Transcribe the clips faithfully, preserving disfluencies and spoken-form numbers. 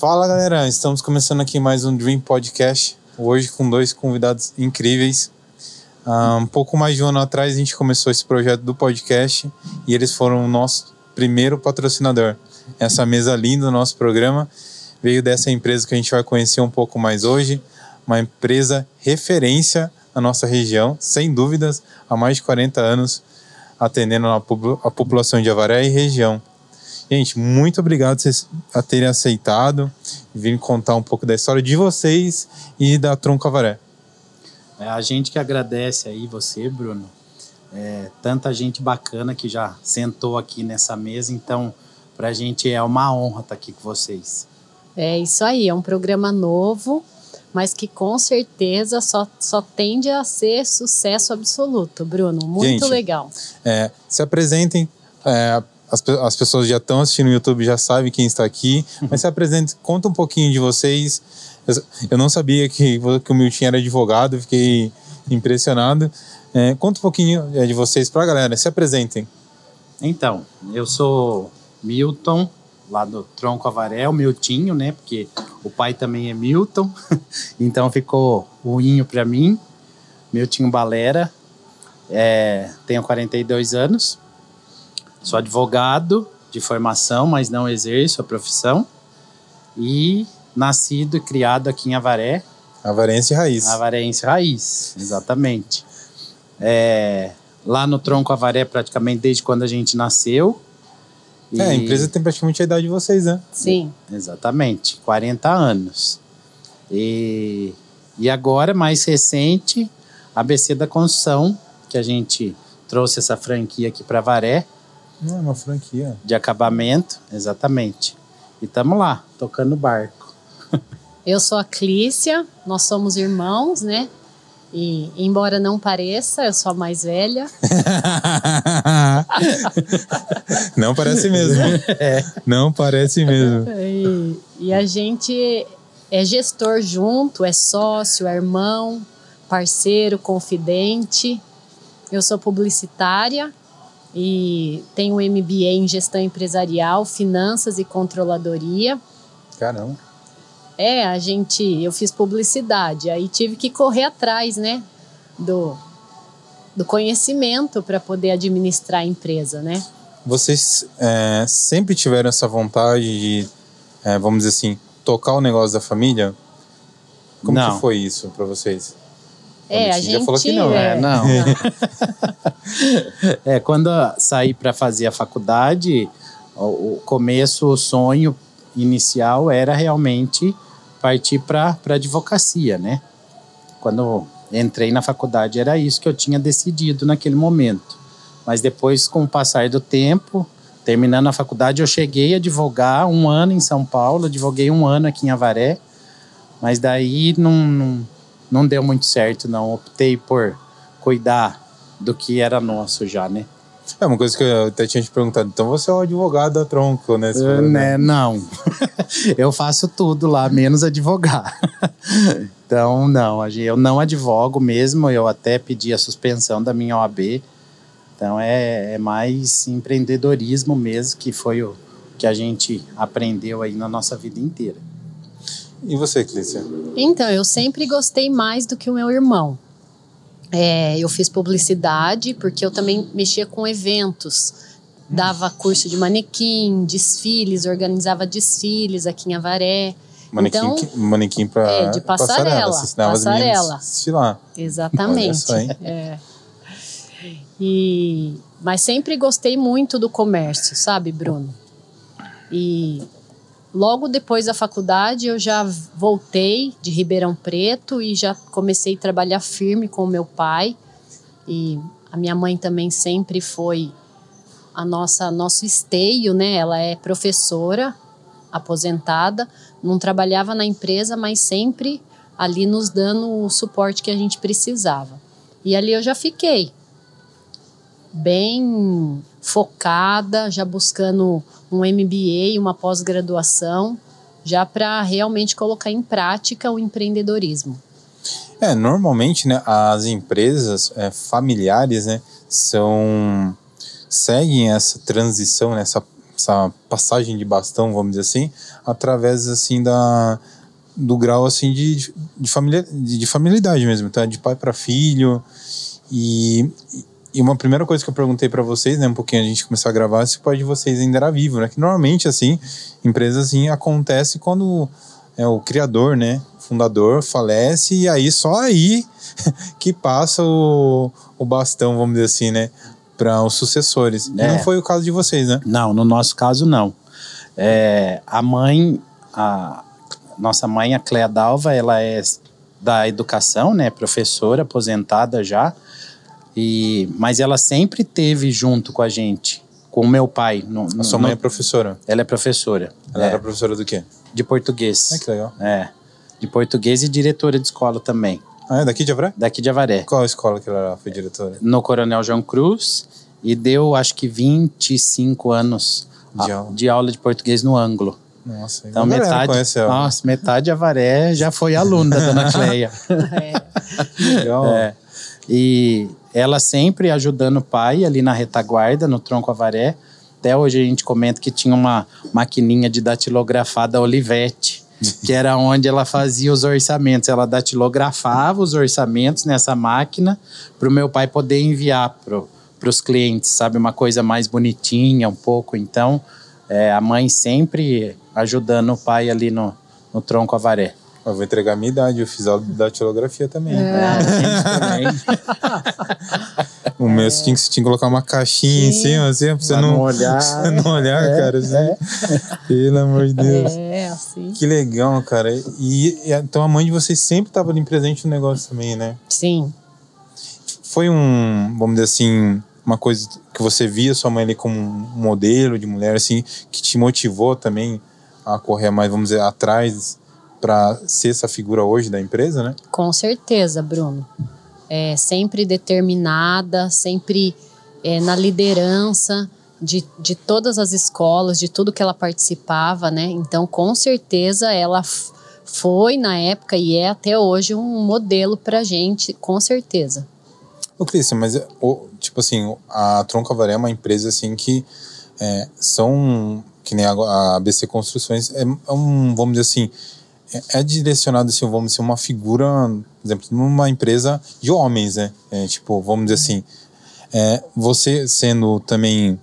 Fala galera, estamos começando aqui mais um Dream Podcast, hoje com dois convidados incríveis. Uh, um pouco mais de um ano atrás a gente começou esse projeto do podcast e eles foram o nosso primeiro patrocinador. Essa mesa linda do nosso programa veio dessa empresa que a gente vai conhecer um pouco mais hoje, uma empresa referência na nossa região, sem dúvidas, há mais de quarenta anos, atendendo a, a população de Avaré e região. Gente, muito obrigado a terem aceitado e virem contar um pouco da história de vocês e da Tronco Avaré. É a gente que agradece aí você, Bruno. É, tanta gente bacana que já sentou aqui nessa mesa, então pra gente é uma honra estar aqui com vocês. É isso aí, é um programa novo, mas que com certeza só, só tende a ser sucesso absoluto, Bruno. Muito gente, legal. É, se apresentem. É, As, as pessoas já estão assistindo no YouTube, já sabem quem está aqui, mas se apresente, conta um pouquinho de vocês. Eu, eu não sabia que, que o Milton era advogado, fiquei impressionado. É, conta um pouquinho de vocês para a galera, se apresentem. Então, eu sou Milton, lá do Tronco Avaré, o Miltinho, né? Porque o pai também é Milton, então ficou o inho para mim, Miltinho Balera. É, tenho quarenta e dois anos. Sou advogado de formação, mas não exerço a profissão. E nascido e criado aqui em Avaré. Avarense Raiz. Avarense Raiz, exatamente. É, lá no Tronco Avaré, praticamente desde quando a gente nasceu. E... É, a empresa tem praticamente a idade de vocês, né? Sim. Exatamente, quarenta anos. E, e agora, mais recente, a A B C da Construção, que a gente trouxe essa franquia aqui para Avaré. Não, é uma franquia. De acabamento, exatamente. E estamos lá, tocando o barco. Eu sou a Clícia, nós somos irmãos, né? E, embora não pareça, eu sou a mais velha. Não parece mesmo. É. Não parece mesmo. E, e a gente é gestor junto, é sócio, é irmão, parceiro, confidente. Eu sou publicitária. E tenho um M B A em gestão empresarial, finanças e controladoria. Caramba. É, a gente, eu fiz publicidade, aí tive que correr atrás, né, do, do conhecimento para poder administrar a empresa, né? Vocês é, sempre tiveram essa vontade de, é, vamos dizer assim, tocar o negócio da família? Como não. que foi isso para vocês? É, a gente... já falou que não. É, não. É, quando eu saí para fazer a faculdade, o, o começo, o sonho inicial era realmente partir para a advocacia, né? Quando entrei na faculdade era isso que eu tinha decidido naquele momento. Mas depois, com o passar do tempo, terminando a faculdade, eu cheguei a advogar um ano em São Paulo, advoguei um ano aqui em Avaré, mas daí não... não Não deu muito certo, não. Optei por cuidar do que era nosso já, né? É uma coisa que eu até tinha te perguntado. Então você é um advogado da Tronco, né? Uh, né? Não. Eu faço tudo lá, menos advogar. Então, não. Eu não advogo mesmo. Eu até pedi a suspensão da minha O A B. Então, é, é mais empreendedorismo mesmo, que foi o que a gente aprendeu aí na nossa vida inteira. E você, Clícia? Então, eu sempre gostei mais do que o meu irmão. É, eu fiz publicidade porque eu também mexia com eventos. Dava curso de manequim, desfiles, organizava desfiles aqui em Avaré. Manequim, então, que, manequim para é, de passarela. Passarela. passarela. As desfilar. Exatamente. Só, é. E, mas sempre gostei muito do comércio, sabe, Bruno? E... Logo depois da faculdade, eu já voltei de Ribeirão Preto e já comecei a trabalhar firme com o meu pai. E a minha mãe também sempre foi a nossa nosso esteio, né? Ela é professora, aposentada, não trabalhava na empresa, mas sempre ali nos dando o suporte que a gente precisava. E ali eu já fiquei bem focada, já buscando um M B A, uma pós-graduação, já para realmente colocar em prática o empreendedorismo. É, normalmente, né, as empresas é, familiares, né, são, seguem essa transição, né, essa essa passagem de bastão, vamos dizer assim, através assim da do grau assim de, de, familia, de, de familiaridade mesmo, tá? De pai para filho. E, e uma primeira coisa que eu perguntei para vocês, né, um pouquinho a gente começar a gravar, se o pai de vocês ainda era vivo, né? Que normalmente assim, empresas assim acontece quando é o criador, né, fundador falece, e aí só aí que passa o, o bastão, vamos dizer assim, né, para os sucessores. É. Não foi o caso de vocês, né? Não, no nosso caso não. É, a mãe, a nossa mãe, a Cléa Dalva, ela é da educação, né, professora, aposentada já, e, mas ela sempre teve junto com a gente, com o meu pai. No, no, a sua mãe no, é professora? Ela é professora. Ela é, era professora do quê? De português. É, que legal. É, de português e diretora de escola também. Ah, é daqui de Avaré? Daqui de Avaré. Qual a escola que ela foi diretora? No Coronel João Cruz, e deu acho que vinte e cinco anos de a, aula. de aula de português no Ângulo. Nossa, então metade, nossa, metade de Avaré já foi aluna da dona Cleia. É. Legal. É. E ela sempre ajudando o pai ali na retaguarda, no Tronco Avaré. Até hoje a gente comenta que tinha uma maquininha de datilografar da Olivetti, que era onde ela fazia os orçamentos. Ela datilografava os orçamentos nessa máquina para o meu pai poder enviar para os clientes, sabe? Uma coisa mais bonitinha um pouco. Então, é, a mãe sempre ajudando o pai ali no, no Tronco Avaré. Eu vou entregar a minha idade, eu fiz aula de datilografia também. É. É, o meu você tinha, tinha que colocar uma caixinha Sim. em cima, assim, pra você não, não olhar. Você não olhar, é, cara. Assim. É. Pelo amor de Deus. É, assim. Que legal, cara. E, e então a mãe de vocês sempre estava ali presente no negócio também, né? Sim. Foi um, vamos dizer assim, uma coisa que você via sua mãe ali como um modelo de mulher, assim, que te motivou também a correr mais, vamos dizer, atrás para ser essa figura hoje da empresa, né? Com certeza, Bruno. É, sempre determinada, sempre é, na liderança de, de todas as escolas, de tudo que ela participava, né? Então, com certeza, ela foi na época e é até hoje um modelo pra gente, com certeza. Ô, Clícia, mas, tipo assim, a Tronco Avaré é uma empresa, assim, que é, são, que nem a, a A B C Construções, é, é um, vamos dizer assim, é direcionado, assim, vamos dizer, uma figura, por exemplo, numa empresa de homens, né? É, tipo, vamos dizer assim, é, você sendo também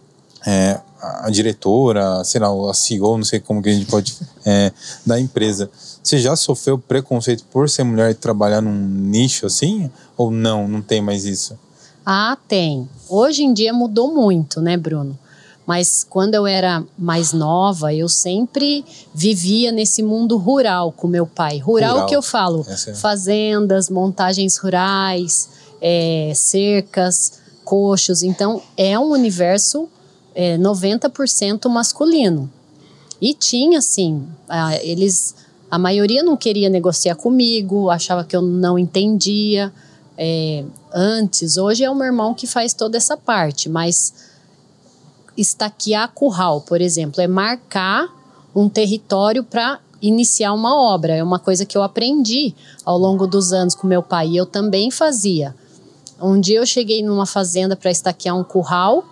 é, a diretora, sei lá, a C E O, não sei como que a gente pode, é, da empresa, você já sofreu preconceito por ser mulher e trabalhar num nicho assim? Ou não, não tem mais isso? Ah, tem. Hoje em dia mudou muito, né, Bruno? Mas quando eu era mais nova, eu sempre vivia nesse mundo rural com meu pai. Rural, rural. que eu falo, é. fazendas, montagens rurais, é, cercas, coxos. Então, é um universo é, noventa por cento masculino. E tinha, assim, a, eles, a maioria não queria negociar comigo, achava que eu não entendia é, antes. Hoje é o meu irmão que faz toda essa parte, mas estaquear curral, por exemplo, é marcar um território para iniciar uma obra. É uma coisa que eu aprendi ao longo dos anos com meu pai e eu também fazia. Um dia eu cheguei numa fazenda para estaquear um curral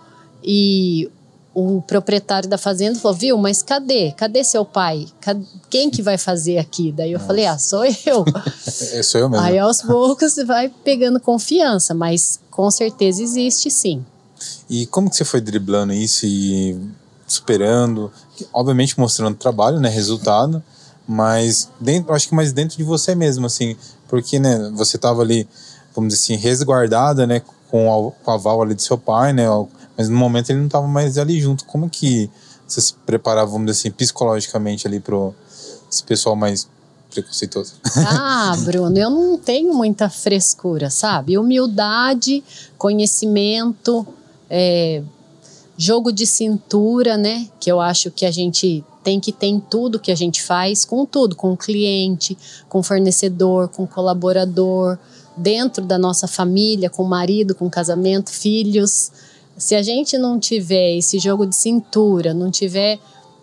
e o proprietário da fazenda falou, viu, mas cadê? Cadê seu pai? Cadê? Quem que vai fazer aqui? Daí eu Nossa. falei, ah, sou eu. É, sou eu mesmo. Aí aos poucos você vai pegando confiança, mas com certeza existe sim. E como que você foi driblando isso e superando? Obviamente mostrando trabalho, né, resultado, mas dentro, acho que mais dentro de você mesmo, assim, porque, né, você estava ali, vamos dizer assim, resguardada, né, com o aval ali do seu pai, né, mas no momento ele não estava mais ali junto. Como que você se preparava, vamos dizer assim, psicologicamente ali para esse pessoal mais preconceituoso? Ah, Bruno, eu não tenho muita frescura, sabe? Humildade, conhecimento, é, jogo de cintura, né? Que eu acho que a gente tem que ter em tudo que a gente faz, com tudo, com o cliente, com o fornecedor, com o colaborador, dentro da nossa família, com o marido, com o casamento, filhos. Se a gente não tiver esse jogo de cintura, não tiver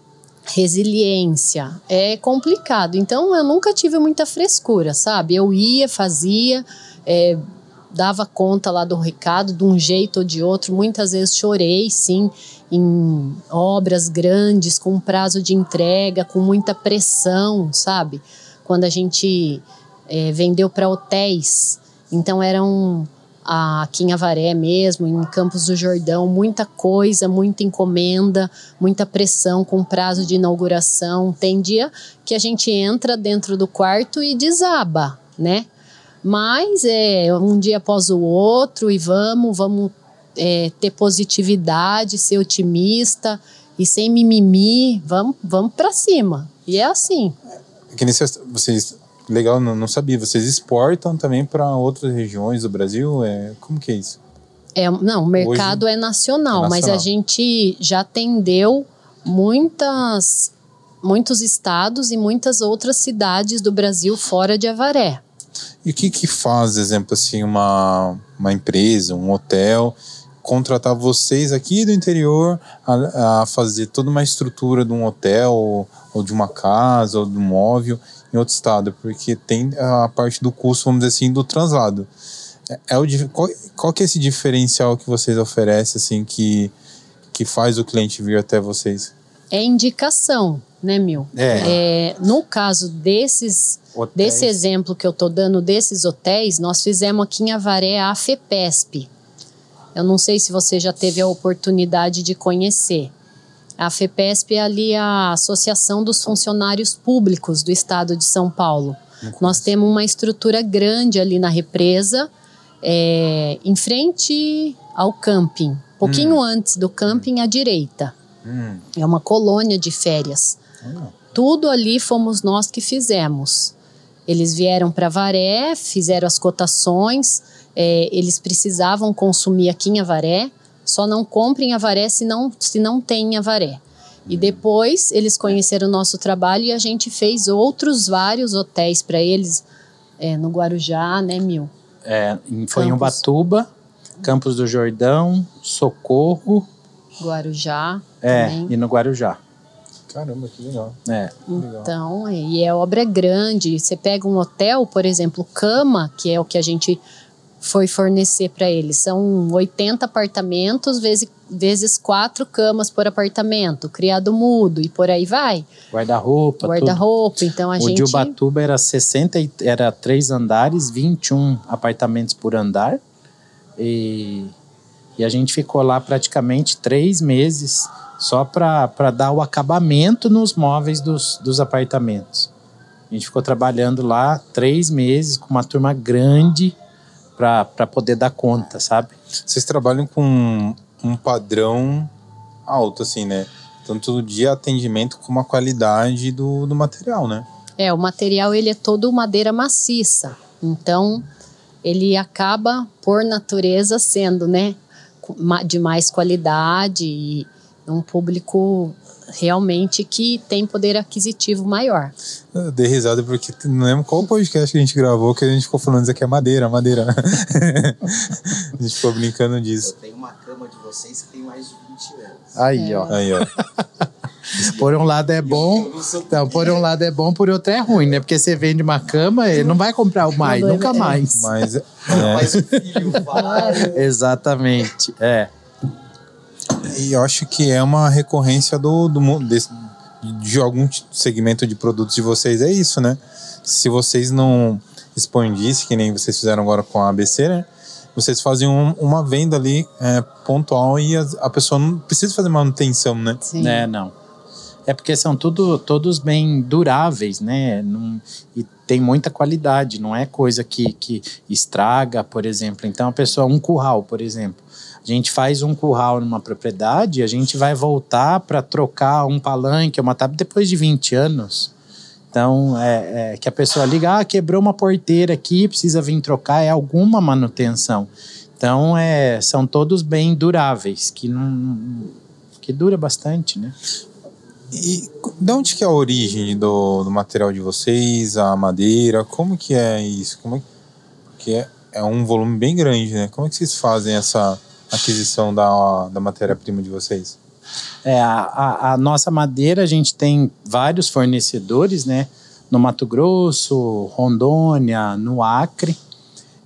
resiliência, é complicado. Então, eu nunca tive muita frescura, sabe? Eu ia, fazia, é, dava conta lá do recado, de um jeito ou de outro. Muitas vezes chorei, sim, em obras grandes, com prazo de entrega, com muita pressão, sabe? Quando a gente é, vendeu para hotéis, então eram aqui em Avaré mesmo, em Campos do Jordão, muita coisa, muita encomenda, muita pressão com prazo de inauguração. Tem dia que a gente entra dentro do quarto e desaba, né? Mas é um dia após o outro e vamos, vamos é, ter positividade, ser otimista e sem mimimi, vamos, vamos para cima. E é assim. Que nem vocês, vocês legal, não, não sabia, vocês exportam também para outras regiões do Brasil? É, como que é isso? É, não, o mercado é nacional, é nacional, mas a gente já atendeu muitas, muitos estados e muitas outras cidades do Brasil fora de Avaré. E o que que faz, exemplo, assim, uma, uma empresa, um hotel, contratar vocês aqui do interior a, a fazer toda uma estrutura de um hotel ou, ou de uma casa ou de um móvel em outro estado? Porque tem a parte do custo, vamos dizer assim, do translado. É, é o, qual, qual que é esse diferencial que vocês oferecem, assim, que, que faz o cliente vir até vocês? É indicação, né, Mil? É. É, no caso desses, desse exemplo que eu tô dando, desses hotéis, nós fizemos aqui em Avaré a FEPESP. Eu não sei se você já teve a oportunidade de conhecer. A FEPESP é ali a Associação dos Funcionários Públicos do Estado de São Paulo. Nós temos uma estrutura grande ali na represa, é, em frente ao camping. Um pouquinho hum. antes do camping, à direita. Hum. É uma colônia de férias. Hum. Tudo ali fomos nós que fizemos. Eles vieram para Avaré, fizeram as cotações, é, eles precisavam consumir aqui em Avaré, só não comprem em Avaré se não, se não tem em Avaré. E depois eles conheceram o nosso trabalho e a gente fez outros vários hotéis para eles, é, no Guarujá, né, Mil? É, foi em Ubatuba, Campos do Jordão, Socorro. Guarujá. É, também. E no Guarujá. Caramba, que legal. É. Então, é, e é obra grande. Você pega um hotel, por exemplo, cama, que é o que a gente foi fornecer para eles. São oitenta apartamentos, vezes, vezes quatro camas por apartamento, criado mudo e por aí vai. Guarda-roupa. Guarda-roupa, então a o gente... O de Ubatuba era sessenta, era três andares, vinte e um apartamentos por andar. E, e a gente ficou lá praticamente três meses só para dar o acabamento nos móveis dos, dos apartamentos. A gente ficou trabalhando lá três meses com uma turma grande para poder dar conta, sabe? Vocês trabalham com um padrão alto, assim, né? Tanto de atendimento como a qualidade do, do material, né? É, o material ele é todo madeira maciça. Então, ele acaba, por natureza, sendo, né, de mais qualidade e um público realmente que tem poder aquisitivo maior. Eu dei risada porque não lembro qual podcast que a gente gravou que a gente ficou falando isso aqui é madeira, madeira. A gente ficou brincando disso. Eu tenho uma cama de vocês que tem mais de vinte anos. Aí, é. ó. Aí, ó. Por um lado é bom, então, por um lado é bom, por outro é ruim, né? Porque você vende uma cama, ele não vai comprar mais, Não, nunca é. mais. Mas, é, Mas o filho vai. Exatamente, é. e eu acho que é uma recorrência do, do desse, de algum segmento de produtos de vocês, é isso, né? Se vocês não expandissem, que nem vocês fizeram agora com a A B C, né? Vocês fazem um, uma venda ali é, pontual e a, a pessoa não precisa fazer manutenção, né? Sim. É, não. É porque são tudo, todos bem duráveis, né? Não, e tem muita qualidade, não é coisa que, que estraga, por exemplo. Então, a pessoa, um curral, por exemplo. A gente faz um curral numa propriedade, a gente vai voltar para trocar um palanque, uma tábua, depois de vinte anos. Então, é, é que a pessoa liga, ah, quebrou uma porteira aqui, precisa vir trocar, é alguma manutenção. Então, é, são todos bem duráveis, que, não, que dura bastante, né? E de onde que é a origem do, do material de vocês, a madeira, como que é isso? Como é que é, é um volume bem grande, né? Como é que vocês fazem essa aquisição da, da matéria-prima de vocês? É, a, a, a nossa madeira, a gente tem vários fornecedores, né? No Mato Grosso, Rondônia, no Acre.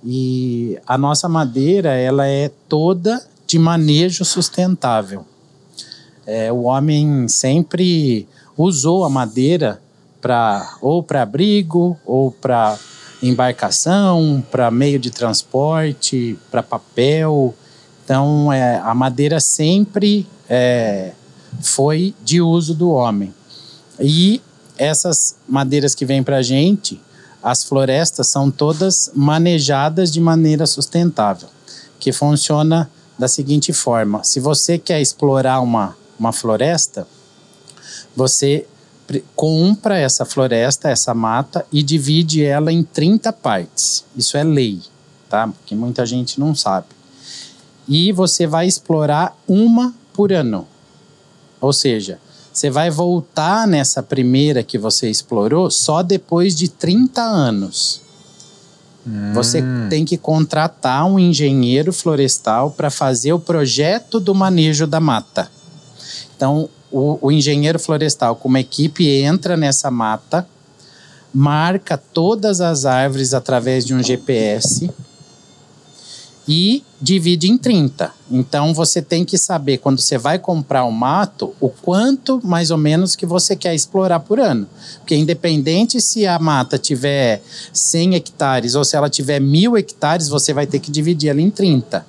E a nossa madeira, ela é toda de manejo sustentável. É, o homem sempre usou a madeira para ou para abrigo, ou para embarcação, para meio de transporte, para papel. Então, é, a madeira sempre é, foi de uso do homem. E essas madeiras que vêm para a gente, as florestas são todas manejadas de maneira sustentável, que funciona da seguinte forma: se você quer explorar uma, uma floresta, você compra essa floresta, essa mata, e divide ela em trinta partes. Isso é lei, tá? Porque muita gente não sabe. E você vai explorar uma por ano. Ou seja, você vai voltar nessa primeira que você explorou só depois de trinta anos. Hum. Você tem que contratar um engenheiro florestal para fazer o projeto do manejo da mata. Então, o, o engenheiro florestal, com uma equipe, entra nessa mata, marca todas as árvores através de um G P S e divide em trinta. Então, você tem que saber, quando você vai comprar um mato, o quanto, mais ou menos, que você quer explorar por ano. Porque independente se a mata tiver cem hectares ou se ela tiver mil hectares, você vai ter que dividir ela em trinta.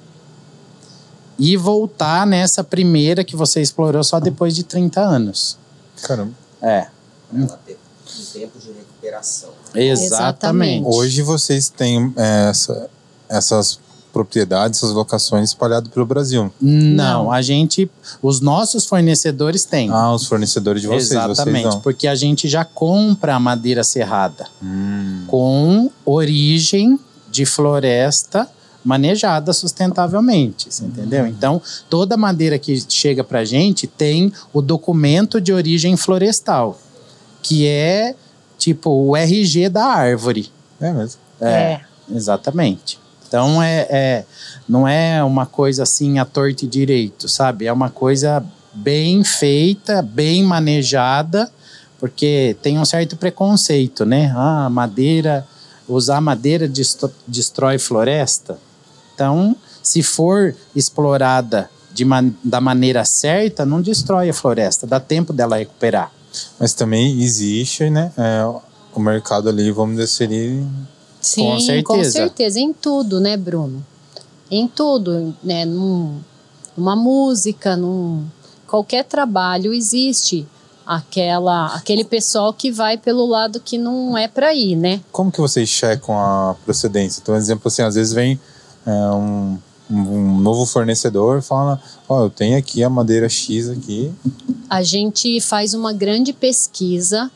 E voltar nessa primeira que você explorou só depois de trinta anos. Caramba. É. Ela tem um tempo de recuperação. Exatamente. Hoje vocês têm é, essa, essas propriedades, essas locações espalhadas pelo Brasil. Não, Não, a gente... Os nossos fornecedores têm. Ah, os fornecedores de vocês. Exatamente, vocês não. porque a gente já compra a madeira serrada. Hum. Com origem de floresta manejada sustentavelmente, você entendeu? Então, toda madeira que chega pra gente tem o documento de origem florestal, que é tipo o R G da árvore. É mesmo. É, É. exatamente. Então, é, é, não é uma coisa assim à torta e direito, sabe? É uma coisa bem feita, bem manejada, porque tem um certo preconceito, né? Ah, madeira, usar madeira destro- destrói floresta. Então, se for explorada de man- da maneira certa, não destrói a floresta, dá tempo dela recuperar. Mas também existe, né? É, o mercado ali, vamos dizer, seria... Sim, Com com certeza. certeza. Em tudo, né, Bruno? Em tudo, né? Num, numa música, num qualquer trabalho existe aquela, aquele pessoal que vai pelo lado que não é para ir, né? Como que vocês checam a procedência? Então, por exemplo, assim, às vezes vem é, um, um novo fornecedor e fala, ó, oh, eu tenho aqui a madeira X aqui. A gente faz uma grande pesquisa.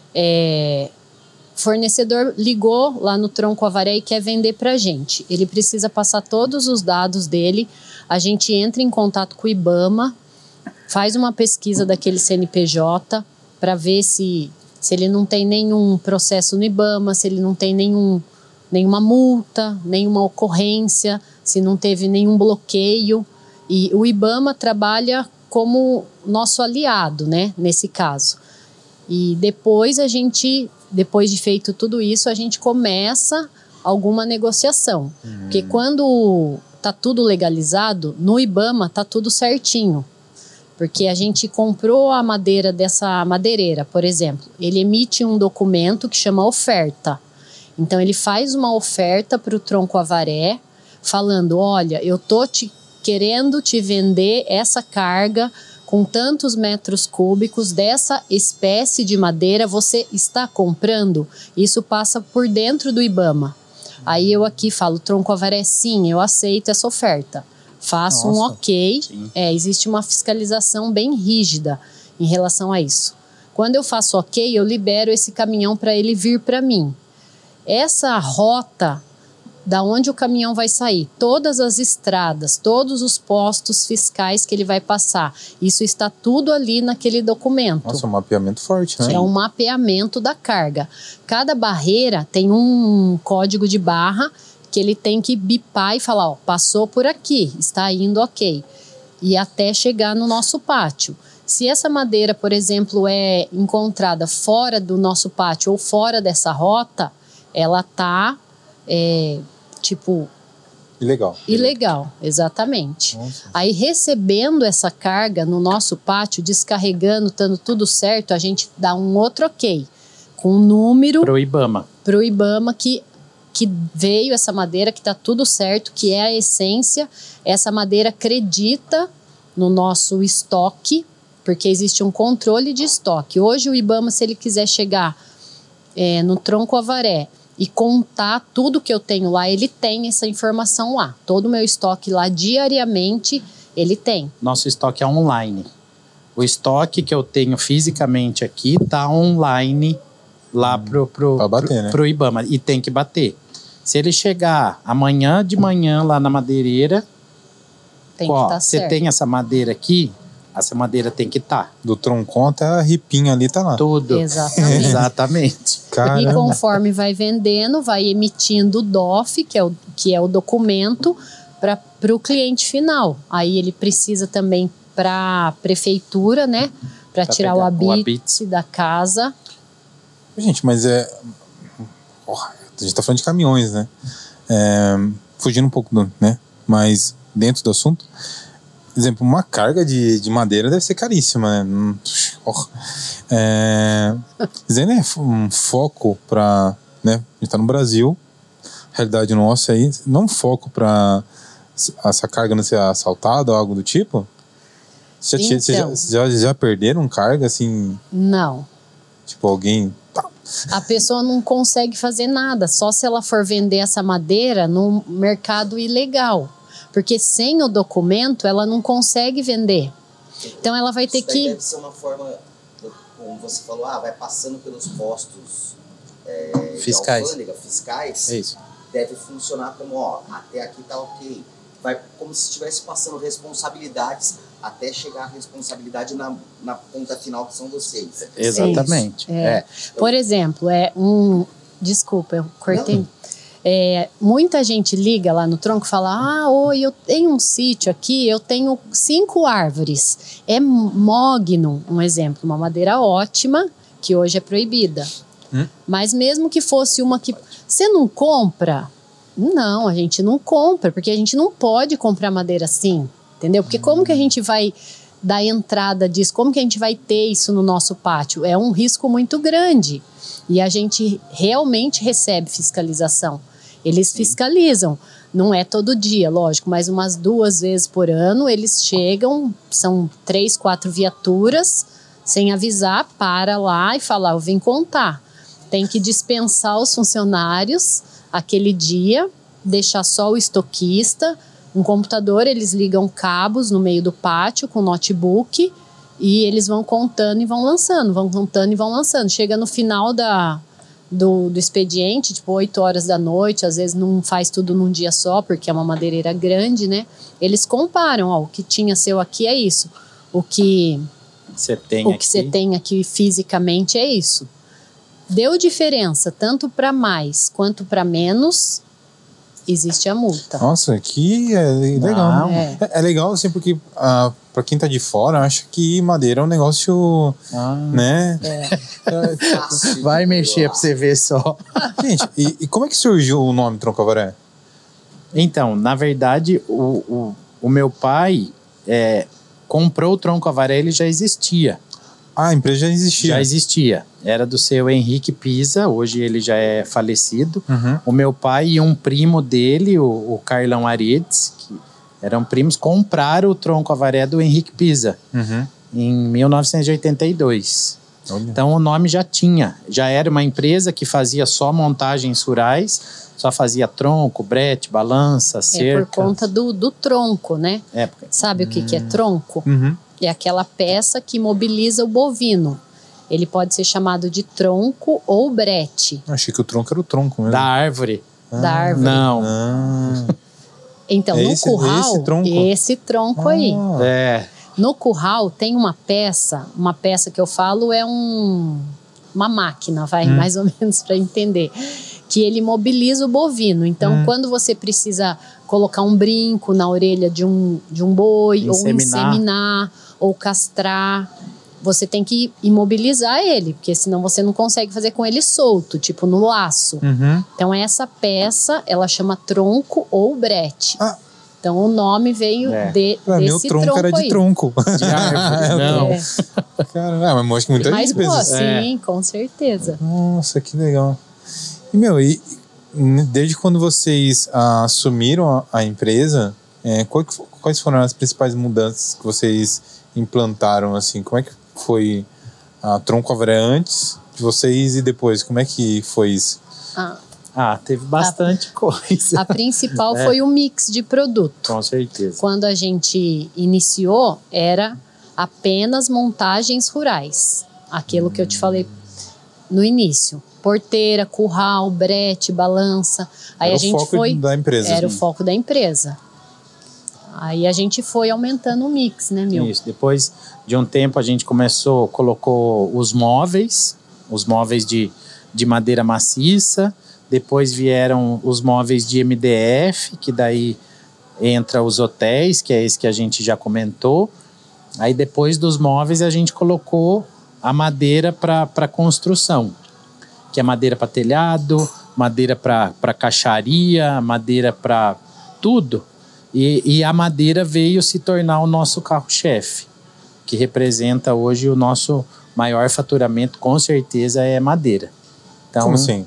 É, fornecedor ligou lá no Tronco Avaré e quer vender para a gente. Ele precisa passar todos os dados dele. A gente entra em contato com o IBAMA, faz uma pesquisa daquele C N P J para ver se, se ele não tem nenhum processo no IBAMA, se ele não tem nenhum, nenhuma multa, nenhuma ocorrência, se não teve nenhum bloqueio. E o IBAMA trabalha como nosso aliado, né, nesse caso. E depois a gente, depois de feito tudo isso, a gente começa alguma negociação. Hum. Porque quando tá tudo legalizado, no IBAMA tá tudo certinho. Porque a gente comprou a madeira dessa madeireira, por exemplo. Ele emite um documento que chama oferta. Então ele faz uma oferta para o Tronco Avaré, falando, olha, eu tô te querendo te vender essa carga com tantos metros cúbicos dessa espécie de madeira, você está comprando? Isso passa por dentro do IBAMA. Aí eu aqui falo, Tronco Avaré, sim, eu aceito essa oferta. Faço Nossa. um ok. É, existe uma fiscalização bem rígida em relação a isso. Quando eu faço ok, eu libero esse caminhão para ele vir para mim. Essa rota, da onde o caminhão vai sair, todas as estradas, todos os postos fiscais que ele vai passar, isso está tudo ali naquele documento. Nossa, um mapeamento forte, né? É um mapeamento da carga. Cada barreira tem um código de barra que ele tem que bipar e falar, ó, passou por aqui, está indo ok. E até chegar no nosso pátio. Se essa madeira, por exemplo, é encontrada fora do nosso pátio ou fora dessa rota, ela está... É, tipo... Ilegal. Ilegal, exatamente. Nossa. Aí recebendo essa carga no nosso pátio, descarregando, estando tudo certo, a gente dá um outro ok, com um número Pro Ibama. pro Ibama que, que veio essa madeira, que está tudo certo, que é a essência. Essa madeira acredita no nosso estoque, porque existe um controle de estoque. Hoje o Ibama, se ele quiser chegar é, no Tronco Avaré e contar tudo que eu tenho lá, ele tem essa informação lá. Todo o meu estoque lá, diariamente, ele tem. Nosso estoque é online. O estoque que eu tenho fisicamente aqui tá online lá pro, pro, Pra bater, pro, né? pro Ibama. E tem que bater. Se ele chegar amanhã de manhã lá na madeireira, Tem ó, que estar você certo. tem essa madeira aqui, essa madeira tem que estar. Do troncon até a ripinha ali tá lá. Tudo. Exatamente. Exatamente. E Caramba. conforme vai vendendo, vai emitindo o D O F, que é o, que é o documento, para o cliente final. Aí ele precisa também para a prefeitura, né? Para Pra tirar pegar o o habite habite. da casa. Gente, mas é... Porra, a gente tá falando de caminhões, né? É, fugindo um pouco do... né? Mas dentro do assunto... Por exemplo, uma carga de, de madeira deve ser caríssima, né? Hum, porra. É, dizendo é um foco para, né? A gente tá no Brasil, realidade nossa aí, não um foco para essa carga não ser assaltada ou algo do tipo? Você já, Então. você já, você já, já perderam carga assim? Não. Tipo, alguém. Tá. A pessoa não consegue fazer nada, só se ela for vender essa madeira no mercado ilegal. Porque sem o documento, ela não consegue vender. Então, ela vai ter Isso daí que... deve ser uma forma, como você falou, ah, vai passando pelos postos é, Fiscais. de alfândega, fiscais. É isso. Deve funcionar como, ó, até aqui tá ok. Vai como se estivesse passando responsabilidades até chegar a responsabilidade na, na ponta final, que são vocês. Exatamente. É. É. Por exemplo, é um... Desculpa, eu cortei. Não. É, muita gente liga lá no tronco e fala: ah, oi, eu tenho um sítio aqui, eu tenho cinco árvores. É mogno, um exemplo, uma madeira ótima, que hoje é proibida. Hum? Mas mesmo que fosse uma que... Você não compra? Não, a gente não compra, porque a gente não pode comprar madeira assim, entendeu? Porque como que a gente vai dar entrada disso? Como que a gente vai ter isso no nosso pátio? É um risco muito grande. E a gente realmente recebe fiscalização. Eles fiscalizam. Não é todo dia, lógico, mas umas duas vezes por ano eles chegam, são três, quatro viaturas, sem avisar, para lá e falar: eu vim contar. Tem que dispensar os funcionários aquele dia, deixar só o estoquista, um computador, eles ligam cabos no meio do pátio com notebook e eles vão contando e vão lançando, vão contando e vão lançando. Chega no final da, do, do expediente, tipo oito horas da noite, às vezes não faz tudo num dia só, porque é uma madeireira grande, né? Eles comparam, ó, o que tinha seu aqui é isso, o que Você tem o aqui. que você tem aqui fisicamente é isso. Deu diferença tanto para mais quanto para menos, existe a multa. Nossa, que é legal. Não. Né? É. é legal assim, porque ah, para quem tá de fora, acha que madeira é um negócio, Ah. né? Fácil. Vai mexer pra você ver só. Gente, e, e como é que surgiu o nome Tronco Avaré? Então, na verdade, o, o, o meu pai é, comprou o Tronco Avaré, ele já existia. Ah, a empresa já existia. Já existia. Era do seu Henrique Pisa, hoje ele já é falecido. Uhum. O meu pai e um primo dele, o, o Carlão Aredes, que eram primos, compraram o Tronco Avaré do Henrique Pisa Uhum. em mil novecentos e oitenta e dois. Olha. Então o nome já tinha. Já era uma empresa que fazia só montagens rurais, só fazia tronco, brete, balança, cerca. É por conta do, do tronco, né? É, porque Sabe o que, que é tronco? Uhum. É aquela peça que mobiliza o bovino. Ele pode ser chamado de tronco ou brete Achei que o tronco era o tronco mesmo. da árvore. da árvore. Não. Ah. Então, É no esse- curral, esse tronco? esse tronco aí. Ah. É. No curral tem uma peça, uma peça que eu falo é um, uma máquina, vai, Hum. mais ou menos para entender, que ele mobiliza o bovino. Então, Hum. quando você precisa colocar um brinco na orelha de um, de um boi, ou Inseminar. inseminar, ou castrar, você tem que imobilizar ele, porque senão você não consegue fazer com ele solto, tipo no laço. Uhum. Então essa peça, ela chama tronco ou brete. Ah. Então o nome veio É. de, Pra mim, o desse tronco, tronco era de aí. tronco. De árvore, não. É. Caramba, mas eu acho que muita Mas gente fez boa, isso. sim, com certeza. Nossa, que legal. E, meu, e, desde quando vocês ah, assumiram a, a empresa, é, qual que fo- quais foram as principais mudanças que vocês implantaram, assim? Como é que foi a Tronco Avaré antes de vocês e depois? Como é que foi isso? Ah, Ah, teve bastante coisa. a principal É. foi o mix de produto. Com certeza. Quando a gente iniciou, era apenas montagens rurais. Aquilo que eu te falei no início. Porteira, curral, brete, balança. Aí Era a o gente foco foi... da empresa. Era o foco da empresa. Aí a gente foi aumentando o mix, né, meu? Isso. Depois de um tempo a gente começou, colocou os móveis, os móveis de, de madeira maciça. Depois vieram os móveis de M D F, que daí entra os hotéis, que é esse que a gente já comentou. Aí depois dos móveis a gente colocou a madeira para construção, que é madeira para telhado, madeira para caixaria, madeira para tudo. E, e a madeira veio se tornar o nosso carro-chefe, que representa hoje o nosso maior faturamento, com certeza, é madeira. Então, Como assim?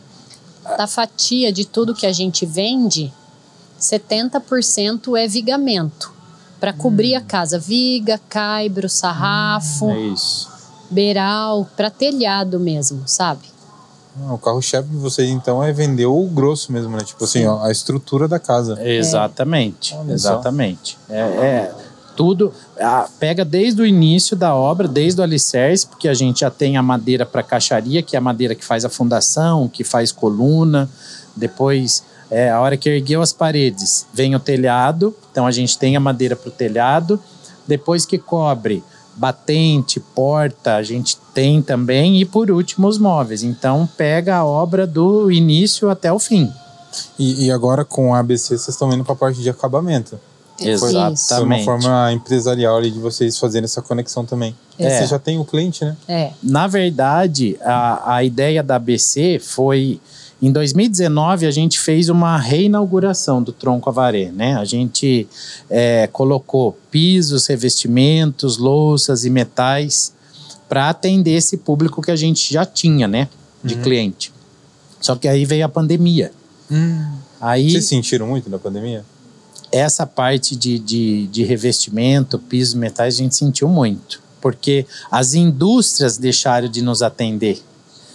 Da fatia de tudo que a gente vende, setenta por cento é vigamento. Para cobrir a casa. Viga, caibro, sarrafo, é isso. beiral, para telhado mesmo, sabe? Ah, o carro-chefe de vocês, então, é vender o grosso mesmo, né? Tipo assim, ó, a estrutura da casa. Exatamente, Olha exatamente. É, é tudo, a, pega desde o início da obra, desde o alicerce, porque a gente já tem a madeira para caixaria, que é a madeira que faz a fundação, que faz coluna. Depois, é, a hora que ergueu as paredes, vem o telhado, então a gente tem a madeira para o telhado. Depois que cobre batente, porta, a gente tem também. E por último, os móveis. Então, pega a obra do início até o fim. E, e agora, com a A B C, vocês estão indo para a parte de acabamento. Exatamente. Foi uma forma empresarial ali de vocês fazerem essa conexão também. É. Você já tem o cliente, né? É. Na verdade, a, a ideia da A B C foi... Em dois mil e dezenove, a gente fez uma reinauguração do Tronco Avaré, né? A gente é, colocou pisos, revestimentos, louças e metais para atender esse público que a gente já tinha, né? De Uhum. cliente. Só que aí veio a pandemia. Aí, Vocês sentiram muito na pandemia? essa parte de, de, de revestimento, pisos, metais, a gente sentiu muito. Porque as indústrias deixaram de nos atender.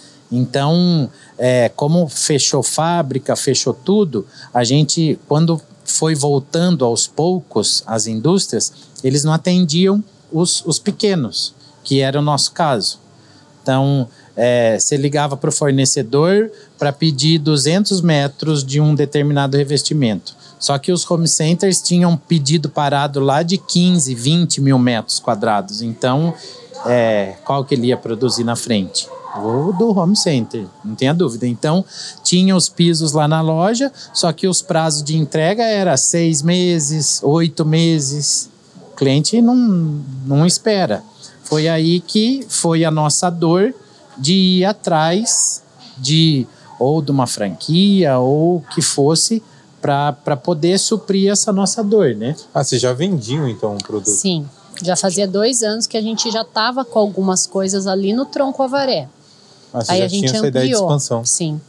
Então, é, como fechou fábrica, fechou tudo, a gente, quando foi voltando aos poucos as indústrias, eles não atendiam os, os pequenos, que era o nosso caso. Então, é, você ligava para o fornecedor para pedir duzentos metros de um determinado revestimento. Só que os home centers tinham pedido parado lá de quinze, vinte mil metros quadrados. Então, é, qual que ele ia produzir na frente? O do home center, não tenha dúvida. Então, tinha os pisos lá na loja, só que os prazos de entrega era seis meses, oito meses. O cliente não, não espera. Foi aí que foi a nossa dor de ir atrás de ou de uma franquia ou que fosse para poder suprir essa nossa dor, né? Ah, vocês já vendiam então o produto? Sim. Já fazia dois anos que a gente já estava com algumas coisas ali no Tronco Avaré. Ah, você Aí já a gente tinha essa ampliou. ideia de expansão. Sim.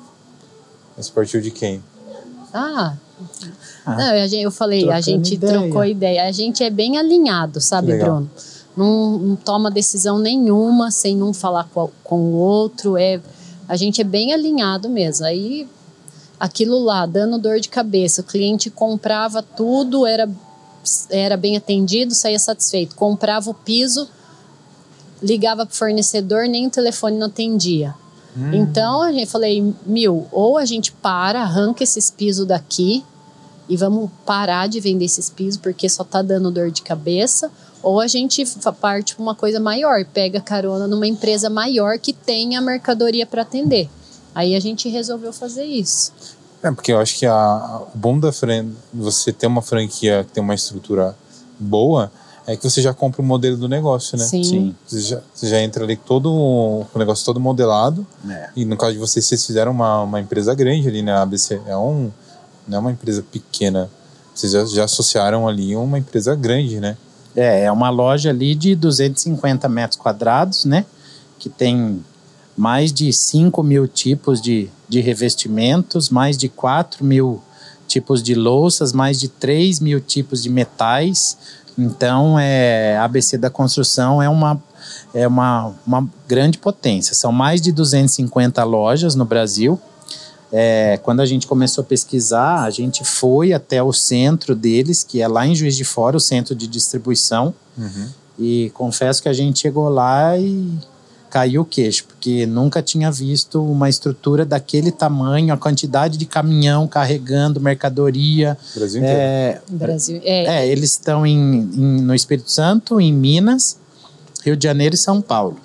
Mas partiu de quem? Ah, Ah, não, a gente- eu falei, a trocando gente ideia. trocou ideia. A gente é bem alinhado, sabe, Legal. Bruno? Não, não toma decisão nenhuma sem um falar com, a- com o outro. É, a gente é bem alinhado mesmo. Aí, aquilo lá, dando dor de cabeça, o cliente comprava tudo, era, era bem atendido, saía satisfeito. Comprava o piso, ligava para o fornecedor, nem o telefone não atendia. Hum. Então, a gente falei, Mil, ou a gente para, arranca esses pisos daqui e vamos parar de vender esses pisos porque só tá dando dor de cabeça, ou a gente fa- parte para uma coisa maior, pega carona numa empresa maior que tenha mercadoria para atender. Aí a gente resolveu fazer isso. É, porque eu acho que a, a- o bom da fran... você ter uma franquia que tem uma estrutura boa é que você já compra o modelo do negócio, né? Sim. Sim. Você já, você já entra ali todo o negócio todo modelado. É. E no caso de vocês, vocês fizeram uma, uma empresa grande ali, né? A A B C é um, não é uma empresa pequena. Vocês já, já associaram ali uma empresa grande, né? É, é uma loja ali de duzentos e cinquenta metros quadrados, né? Que tem mais de cinco mil tipos de, de revestimentos, mais de quatro mil tipos de louças, mais de três mil tipos de metais. Então, é, a A B C da Construção é uma, é uma, uma grande potência. São mais de duzentas e cinquenta lojas no Brasil. É, quando a gente começou a pesquisar, a gente foi até o centro deles, que é lá em Juiz de Fora, o centro de distribuição. Uhum. E confesso que a gente chegou lá e caiu o queixo, porque nunca tinha visto uma estrutura daquele tamanho, a quantidade de caminhão carregando mercadoria. Brasil inteiro. É, Brasil. É, é, eles estão em, em, no Espírito Santo, em Minas, Rio de Janeiro e São Paulo.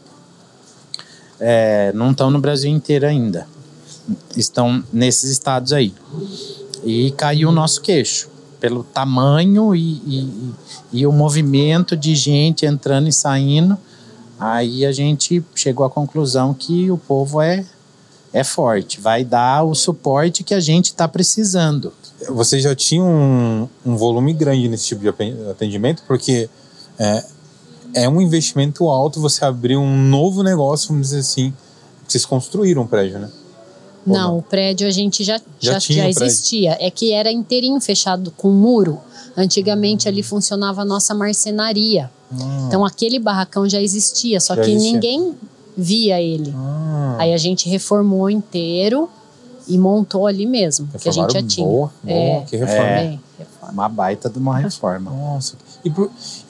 É, não estão no Brasil inteiro ainda. Estão nesses estados aí. E caiu o nosso queixo, pelo tamanho e, e, e o movimento de gente entrando e saindo. Aí a gente chegou à conclusão que o povo é, é forte, vai dar o suporte que a gente está precisando. Vocês já tinham um, um volume grande nesse tipo de atendimento, porque é, é um investimento alto você abrir um novo negócio, vamos dizer assim. Vocês construíram um prédio, né? Ou não, o prédio a gente já, Já já, tinha já o prédio. existia. É que era inteirinho fechado com muro. Antigamente ali funcionava a nossa marcenaria. Ah, Então aquele barracão já existia, só Já que existia. ninguém via ele. ah, Aí a gente reformou inteiro e montou ali mesmo, que a gente já reformaram tinha. Boa, boa, É, que reforma. é, reforma. Uma baita de uma reforma. Nossa. E, por-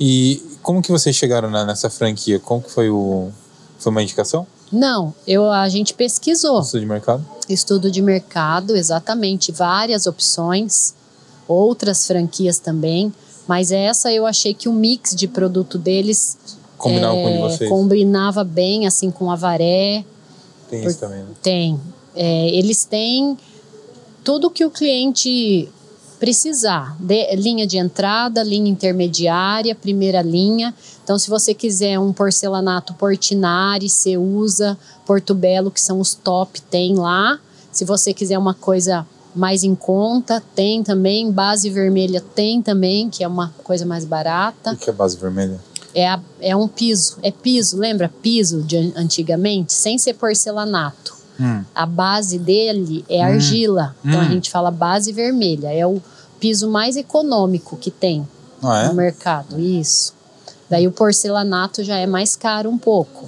e como que vocês chegaram na- nessa franquia? Como que foi o... Foi uma indicação? Não, eu, a gente pesquisou. Estudo de mercado? Estudo de mercado, exatamente, várias opções, outras franquias também, mas essa eu achei que o mix de produto deles Combinava com o de é, vocês? combinava bem assim com a Avaré. Tem isso também, né? Tem. É, eles têm tudo que o cliente precisar. De, linha de entrada, linha intermediária, primeira linha. Então, se você quiser um porcelanato Portinari, você usa Porto Belo, que são os top, tem lá. Se você quiser uma coisa mais em conta, tem também. Base vermelha tem também, que é uma coisa mais barata. O que é base vermelha? É, a, é um piso. É piso, lembra? Piso de antigamente, sem ser porcelanato. Hum. A base dele é argila. Então Hum. a gente fala base vermelha. É o piso mais econômico que tem Ah, no é? mercado. Isso. Daí o porcelanato já é mais caro um pouco.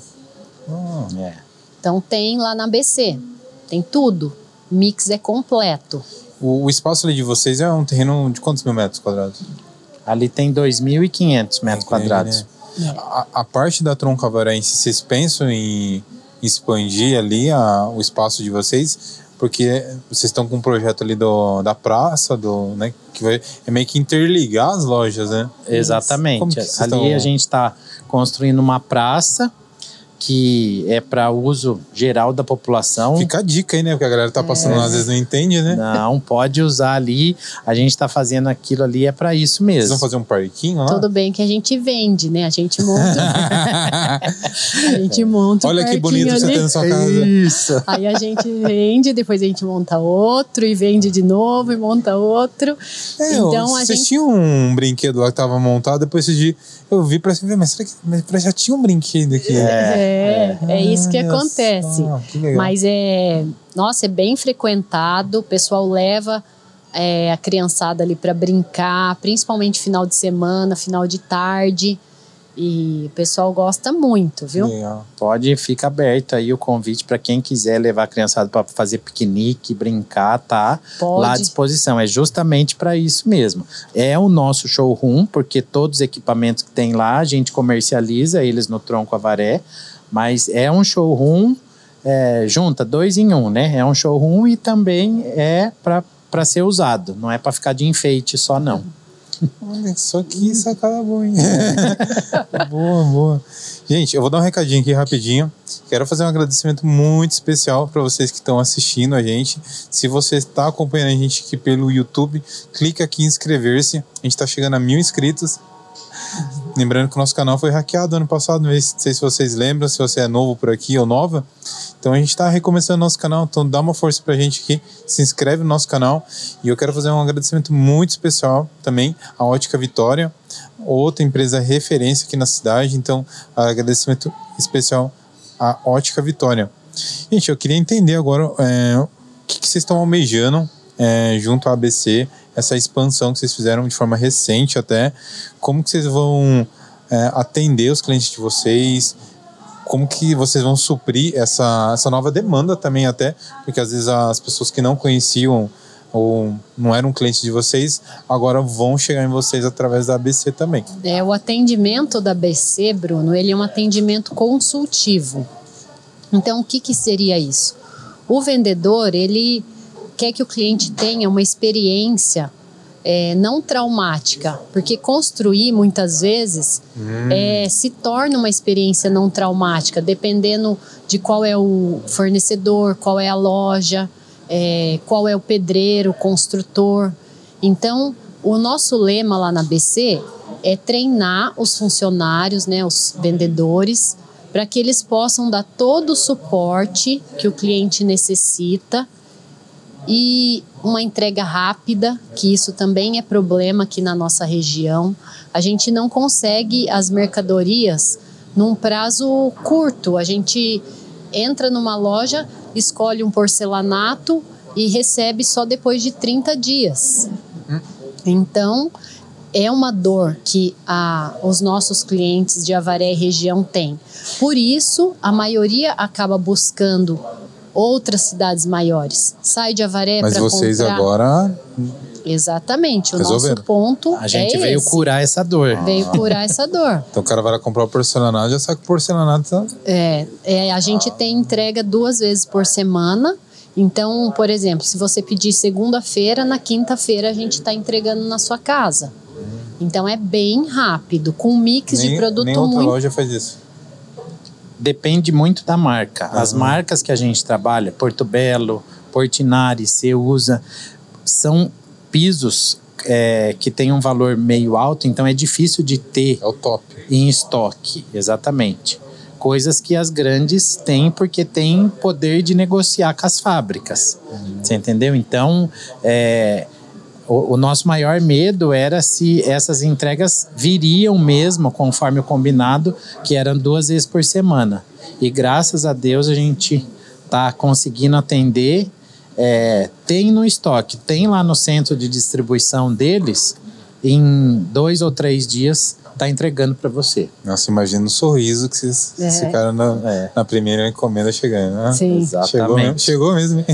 Ah, É. Então tem lá na A B C. Tem tudo. O mix é completo. o, o espaço ali de vocês é um terreno de quantos mil metros quadrados? Ali tem dois mil e quinhentos metros É grande, quadrados. né? A, a parte da Tronco Avarense, vocês pensam em expandir ali a, o espaço de vocês? Porque vocês estão com um projeto ali do, da praça, do, né, que vai é meio que interligar as lojas, né? Como Exatamente. que vocês Ali estão- a gente está construindo uma praça que é para uso geral da população. Fica a dica aí, né? Porque a galera tá passando lá, às vezes não entende, né? Não, pode usar ali. A gente está fazendo aquilo ali, é para isso Vocês mesmo. vão fazer um parquinho lá? Tudo bem que a gente vende, né? A gente monta. a gente monta. um Olha que parquinho bonito você ali. ter na sua casa. Isso. Aí a gente vende, depois a gente monta outro e vende de novo e monta outro. É, Então a vocês gente tinham um brinquedo lá que tava montado, depois esse dia eu vi pra assim, mas será que mas já tinha um brinquedo aqui? é, é, isso que Olha acontece. só, que legal. Mas é, nossa, é bem frequentado. O pessoal leva é, a criançada ali para brincar, principalmente final de semana, final de tarde. E o pessoal gosta muito, viu? Legal. Pode, fica aberto aí o convite para quem quiser levar a criançada para fazer piquenique, brincar, tá Pode. lá à disposição. É justamente para isso mesmo. É o nosso showroom, porque todos os equipamentos que tem lá a gente comercializa eles no Tronco Avaré, mas é um showroom, é, junta dois em um, né? É um showroom e também é para ser usado, não é para ficar de enfeite só não. Olha só que sacada boa, hein? Boa, boa. Gente, eu vou dar um recadinho aqui rapidinho. Quero fazer um agradecimento muito especial para vocês que estão assistindo a gente. Se você está acompanhando a gente aqui pelo YouTube, clica aqui em inscrever-se. A gente está chegando a mil inscritos. lembrando que o nosso canal foi hackeado ano passado, não sei se vocês lembram, se você é novo por aqui ou nova. Então a gente está recomeçando nosso canal, então dá uma força pra gente aqui, se inscreve no nosso canal. E eu quero fazer um agradecimento muito especial também à Ótica Vitória, outra empresa referência aqui na cidade. Então, agradecimento especial à Ótica Vitória. Gente, eu queria entender agora é, o que, que vocês estão almejando é, junto à A B C, essa expansão que vocês fizeram de forma recente até. Como que vocês vão é, atender os clientes de vocês? Como que vocês vão suprir essa, essa nova demanda também até? Porque às vezes as pessoas que não conheciam ou não eram clientes de vocês, agora vão chegar em vocês através da A B C também. É, o atendimento da A B C, Bruno, ele é um atendimento consultivo. Então, o que, que seria isso? O vendedor, ele quer que o cliente tenha uma experiência é, não traumática, porque construir, muitas vezes, hum. é, se torna uma experiência não traumática, dependendo de qual é o fornecedor, qual é a loja, é, qual é o pedreiro, o construtor. Então, o nosso lema lá na A B C é treinar os funcionários, né, os vendedores, para que eles possam dar todo o suporte que o cliente necessita e uma entrega rápida, que isso também é problema aqui na nossa região. A gente não consegue as mercadorias num prazo curto. A gente entra numa loja, escolhe um porcelanato e recebe só depois de trinta dias. Então, é uma dor que a, os nossos clientes de Avaré e região têm. Por isso, a maioria acaba buscando outras cidades maiores. Sai de Avaré para comprar... Mas vocês agora... Exatamente. O resolveram. nosso ponto A gente é veio esse. curar essa dor. Veio curar essa dor. Então o cara vai lá comprar o porcelanato, já sabe que o porcelanato tá... É, é, a gente tem entrega duas vezes por semana. Então, por exemplo, se você pedir segunda-feira, na quinta-feira a gente está entregando na sua casa. Então é bem rápido, com um mix nem, de produto nem outra muito... loja faz isso. Depende muito da marca. Uhum. As marcas que a gente trabalha, Porto Belo, Portinari, Ceusa, são pisos é, que têm um valor meio alto, então é difícil de ter é o top. em estoque, exatamente. Coisas que as grandes têm porque têm poder de negociar com as fábricas. Uhum. Você entendeu? Então, é, o, o nosso maior medo era se essas entregas viriam mesmo conforme o combinado, que eram duas vezes por semana. E graças a Deus a gente está conseguindo atender. É, tem no estoque, tem lá no centro de distribuição deles, em dois ou três dias tá entregando para você. Nossa, imagina o sorriso que vocês é. ficaram na, é. na primeira encomenda chegando, né? Sim. Exatamente. Chegou mesmo. Chegou mesmo.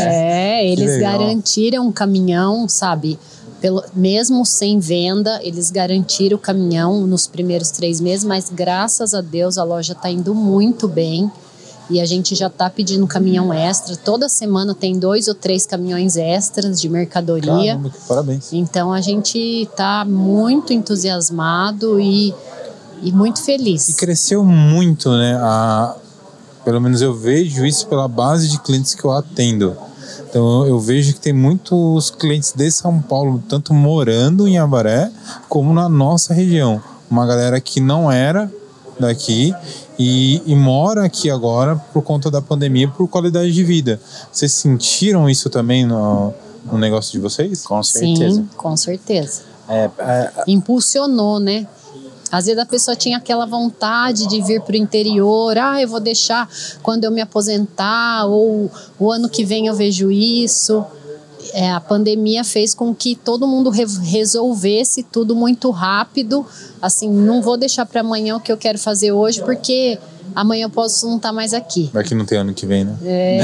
É, eles garantiram o caminhão, sabe? Pelo, mesmo sem venda, eles garantiram o caminhão nos primeiros três meses, mas graças a Deus a loja tá indo muito bem. E a gente já está pedindo caminhão extra. Toda semana tem dois ou três caminhões extras de mercadoria. Caramba, parabéns. Então a gente está muito entusiasmado e, e muito feliz. E cresceu muito, né? A, pelo menos eu vejo isso pela base de clientes que eu atendo. Então eu vejo que tem muitos clientes de São Paulo, tanto morando em Avaré, como na nossa região. Uma galera que não era daqui e, e mora aqui agora por conta da pandemia, por qualidade de vida. Vocês sentiram isso também no, no negócio de vocês? Com certeza. Sim, com certeza. É, é, impulsionou, né? Às vezes a pessoa tinha aquela vontade de vir para o interior, ah, eu vou deixar quando eu me aposentar, ou o ano que vem eu vejo isso. É, a pandemia fez com que todo mundo re- resolvesse tudo muito rápido. Assim, não vou deixar para amanhã o que eu quero fazer hoje, porque amanhã eu posso não estar mais aqui. Vai que não tem ano que vem, né? É.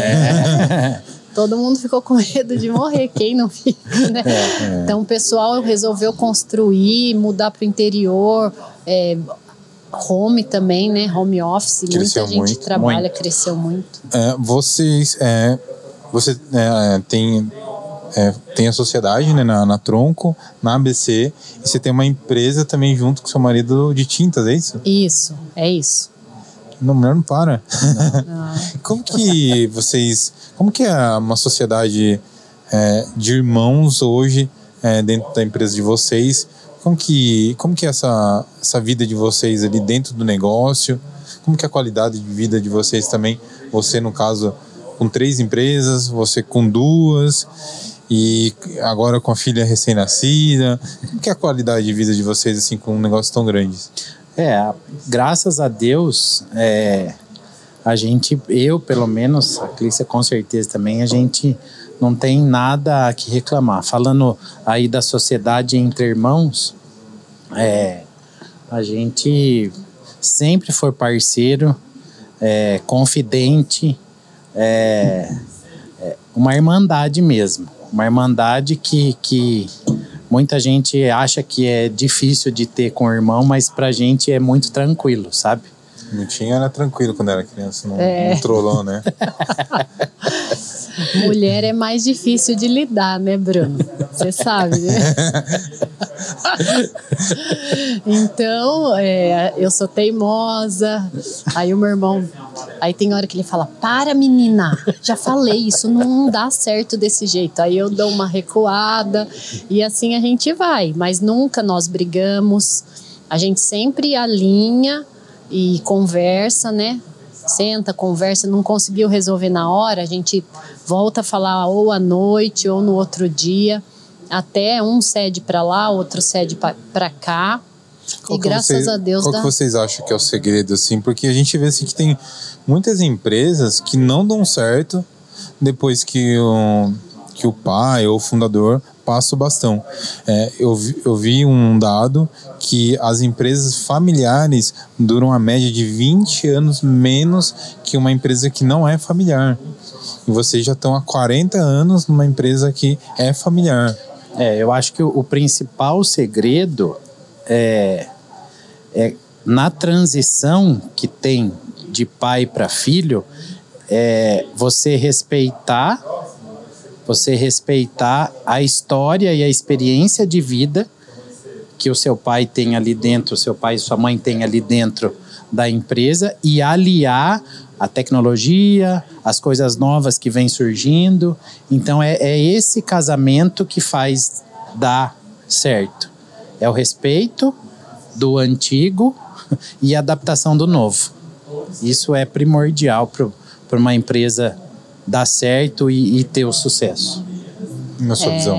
É. Todo mundo ficou com medo de morrer, quem não fica, né? É. Então o pessoal resolveu construir, mudar para o interior, é, home também, né? Home office, cresceu muita gente muito, trabalha, muito. cresceu muito. É, vocês, é, você é, tem... É, tem a sociedade, né, na, na Tronco, na A B C, e você tem uma empresa também junto com seu marido de tintas, é isso? Isso, é isso. Não, mulher não para. Não. Não. Como que vocês... Como que é uma sociedade é, de irmãos hoje é, dentro da empresa de vocês? Como que, como que é essa, essa vida de vocês ali dentro do negócio? Como que é a qualidade de vida de vocês também? Você, no caso, com três empresas, você com duas, e agora com a filha recém-nascida. Como que é a qualidade de vida de vocês, assim, com um negócio tão grande? É, graças a Deus, é, a gente, eu pelo menos, a Clícia com certeza também, a gente não tem nada a que reclamar. Falando aí da sociedade entre irmãos, é, a gente sempre foi parceiro, é, confidente, é, é uma irmandade mesmo. Uma irmandade que, que muita gente acha que é difícil de ter com o irmão, mas pra gente é muito tranquilo, sabe? Não tinha, era tranquilo quando era criança, não, É. não trollou, né? Mulher é mais difícil de lidar, né, Bruno? Você sabe, né? Então, é, eu sou teimosa. Aí o meu irmão... Aí tem hora que ele fala, para, menina, já falei, isso não dá certo desse jeito. Aí eu dou uma recuada e assim a gente vai. Mas nunca nós brigamos. A gente sempre alinha e conversa, né? Senta, conversa, não conseguiu resolver na hora, a gente volta a falar ou à noite ou no outro dia, até um cede para lá, outro cede para cá. Qual e graças você, a Deus qual dá. que vocês acham que é o segredo, assim? Porque a gente vê assim, que tem muitas empresas que não dão certo depois que o, que o pai ou o fundador passa o bastão. É, eu, vi, eu vi um dado que as empresas familiares duram a média de vinte anos menos que uma empresa que não é familiar. E vocês já estão há quarenta anos numa empresa que é familiar. É, eu acho que o, o principal segredo é, é na transição que tem de pai para filho, é você respeitar você respeitar a história e a experiência de vida que o seu pai tem ali dentro, o seu pai e sua mãe tem ali dentro da empresa e aliar a tecnologia, as coisas novas que vêm surgindo. Então é, é esse casamento que faz dar certo. É o respeito do antigo e a adaptação do novo. Isso é primordial para uma empresa dar certo e, e ter o sucesso. Na sua é, visão.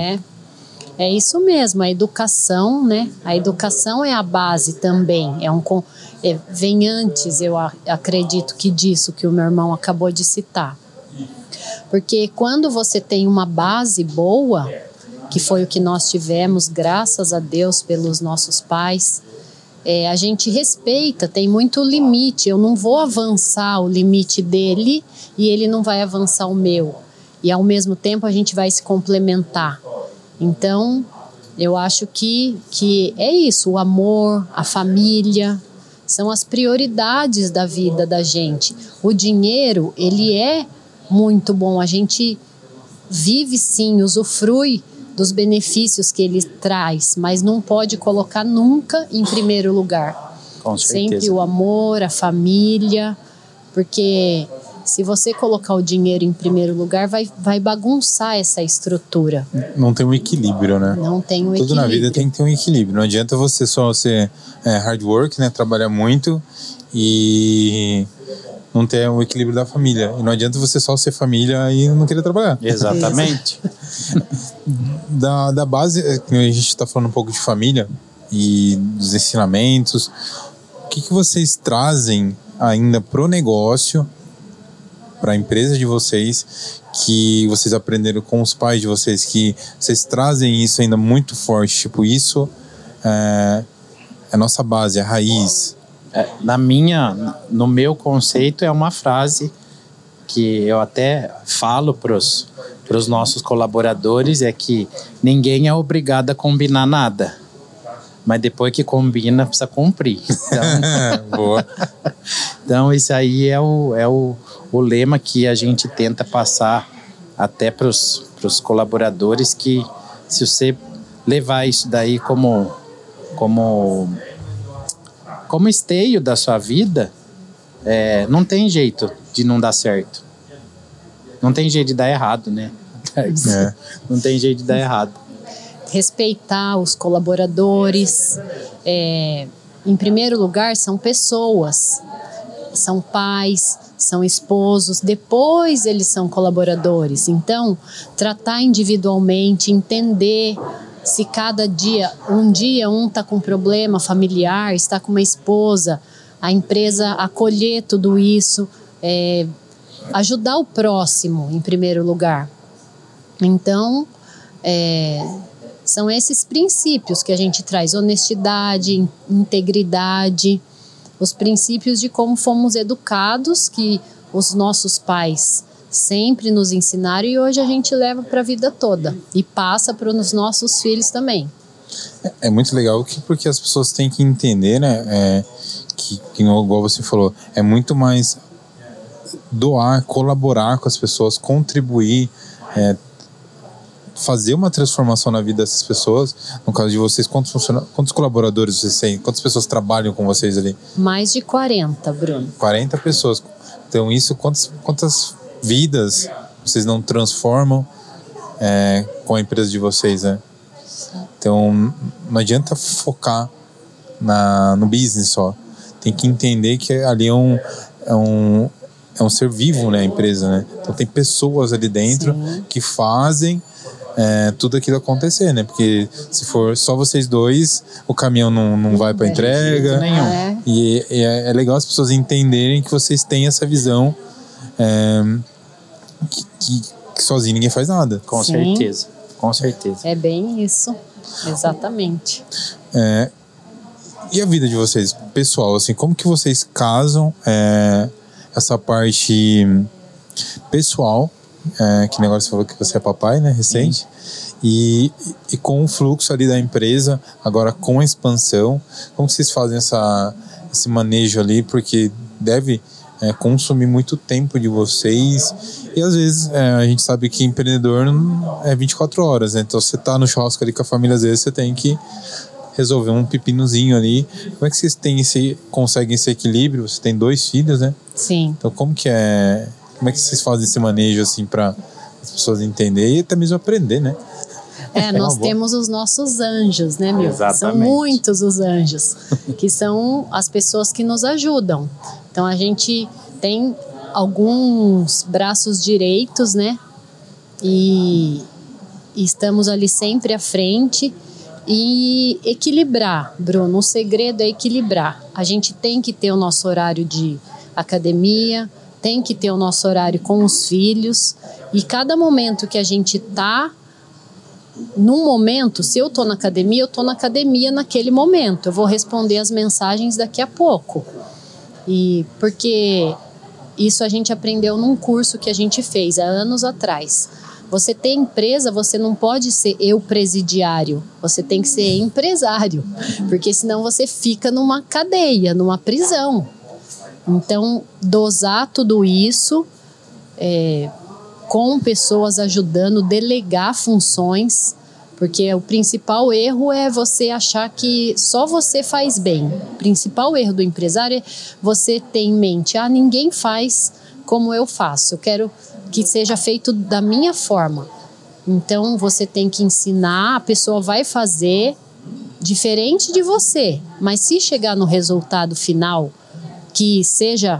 É isso mesmo, a educação, né? A educação é a base também. É um, é, vem antes, eu a, acredito que disso que o meu irmão acabou de citar. Porque quando você tem uma base boa, que foi o que nós tivemos, graças a Deus, pelos nossos pais, É, a gente respeita, tem muito limite. Eu não vou avançar o limite dele e ele não vai avançar o meu. E ao mesmo tempo a gente vai se complementar. Então, eu acho que, que é isso, o amor, a família, são as prioridades da vida da gente. O dinheiro, ele é muito bom, a gente vive sim, usufrui dos benefícios que ele traz, mas não pode colocar nunca em primeiro lugar. Com certeza. Sempre o amor, a família, porque se você colocar o dinheiro em primeiro lugar, vai, vai bagunçar essa estrutura. Não tem um equilíbrio, né? Não tem um Tudo equilíbrio. na vida tem que ter um equilíbrio. Não adianta você só ser é, hard work, né? Trabalhar muito e não ter o equilíbrio da família. E não adianta você só ser família e não querer trabalhar. Exatamente. Da, da base, a gente está falando um pouco de família e dos ensinamentos. O que, que vocês trazem ainda pro negócio, para a empresa de vocês, que vocês aprenderam com os pais de vocês, que vocês trazem isso ainda muito forte? Tipo, isso é a nossa base, a raiz. É, na minha, no meu conceito, é uma frase que eu até falo para os nossos colaboradores, é que ninguém é obrigado a combinar nada, mas depois que combina, precisa cumprir. Então, Boa. então isso aí é, o, é o, o lema que a gente tenta passar até para os colaboradores, que se você levar isso daí como... como como esteio da sua vida, é, não tem jeito de não dar certo. Não tem jeito de dar errado, né? É. Não tem jeito de dar errado. respeitar os colaboradores. É, em primeiro lugar, são pessoas, são pais, são esposos, depois eles são colaboradores. Então, tratar individualmente, entender se cada dia, um dia um está com problema familiar, está com uma esposa, a empresa acolher tudo isso, é, ajudar o próximo em primeiro lugar. Então, é, são esses princípios que a gente traz: honestidade, integridade, os princípios de como fomos educados, que os nossos pais sempre nos ensinaram e hoje a gente leva para a vida toda e passa para os nossos filhos também. É, é muito legal que, porque as pessoas têm que entender, né, é, que, que, igual você falou, é muito mais doar, colaborar com as pessoas, contribuir, é, fazer uma transformação na vida dessas pessoas. No caso de vocês, quantos, funciona... quantos colaboradores vocês têm? Quantas pessoas trabalham com vocês ali? Mais de quarenta, Bruno. quarenta pessoas. Então isso, quantas, quantas vidas vocês não transformam é, com a empresa de vocês, né? Então não adianta focar na, no business só. Tem que entender que ali é um, é um, é um ser vivo, né, a empresa, né? Então tem pessoas ali dentro Sim. que fazem É, tudo aquilo acontecer, né? Porque se for só vocês dois, o caminhão não, não vai para entrega. Nenhum. É. E, e é, é legal as pessoas entenderem que vocês têm essa visão, é, que, que, que sozinho ninguém faz nada. Com Sim. certeza, com certeza. É bem isso, exatamente. É, e a vida de vocês, pessoal, assim, como que vocês casam é, essa parte pessoal? É, que negócio você falou que você é papai, né, recente, e, e com o fluxo ali da empresa, agora com a expansão, como vocês fazem essa, esse manejo ali, porque deve é, consumir muito tempo de vocês, e às vezes é, a gente sabe que empreendedor é vinte e quatro horas, né? Então você tá no churrasco ali com a família, às vezes você tem que resolver um pepinozinho ali. Como é que vocês têm esse, conseguem esse equilíbrio? Você tem dois filhos, né? Sim. Então como que é... Como é que vocês fazem esse manejo, assim, para as pessoas entenderem e até mesmo aprender, né? É, nós temos os nossos anjos, né, meu? Exatamente. São muitos os anjos, que são as pessoas que nos ajudam. Então, a gente tem alguns braços direitos, né? E, e estamos ali sempre à frente. E equilibrar, Bruno, o segredo é equilibrar. A gente tem que ter o nosso horário de academia, tem que ter o nosso horário com os filhos, e cada momento que a gente tá, num momento, se eu tô na academia, eu tô na academia naquele momento, eu vou responder as mensagens daqui a pouco. E porque isso a gente aprendeu num curso que a gente fez há anos atrás. Você tem empresa, você não pode ser eu presidiário, você tem que ser empresário, porque senão você fica numa cadeia, numa prisão. Então, dosar tudo isso, é, com pessoas ajudando, delegar funções, porque o principal erro é você achar que só você faz bem. O principal erro do empresário é você ter em mente: ah, ninguém faz como eu faço, eu quero que seja feito da minha forma. Então, você tem que ensinar, a pessoa vai fazer diferente de você, mas se chegar no resultado final que seja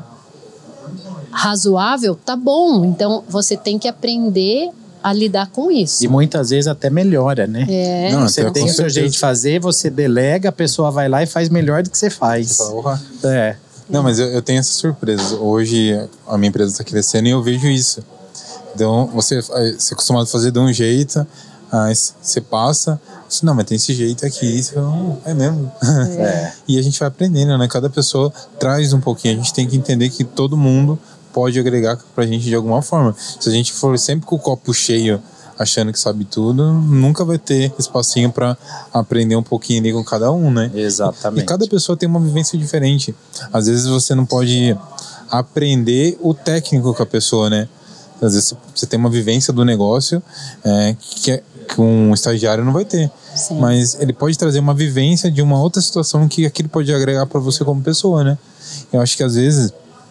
razoável, tá bom. Então, você tem que aprender a lidar com isso. E muitas vezes até melhora, né? É. Não, Você até tem com o seu certeza. jeito de fazer, você delega, a pessoa vai lá e faz melhor do que você faz. Você fala, "Orra." É. Não, mas eu, eu tenho essa surpresa. Hoje a minha empresa está crescendo e eu vejo isso. Então, você, você é acostumado a fazer de um jeito, aí você passa, você, não, mas tem esse jeito aqui, você fala, "Hum, é mesmo." É. E a gente vai aprendendo, né? Cada pessoa traz um pouquinho. A gente tem que entender que todo mundo pode agregar pra gente de alguma forma. Se a gente for sempre com o copo cheio, achando que sabe tudo, nunca vai ter espacinho para aprender um pouquinho ali com cada um, né? Exatamente. E cada pessoa tem uma vivência diferente. Às vezes você não pode aprender o técnico com a pessoa, né? Às vezes você tem uma vivência do negócio é, que, é, que um estagiário não vai ter. Sim. Mas ele pode trazer uma vivência de uma outra situação que aquilo pode agregar para você como pessoa, né? Eu acho que às vezes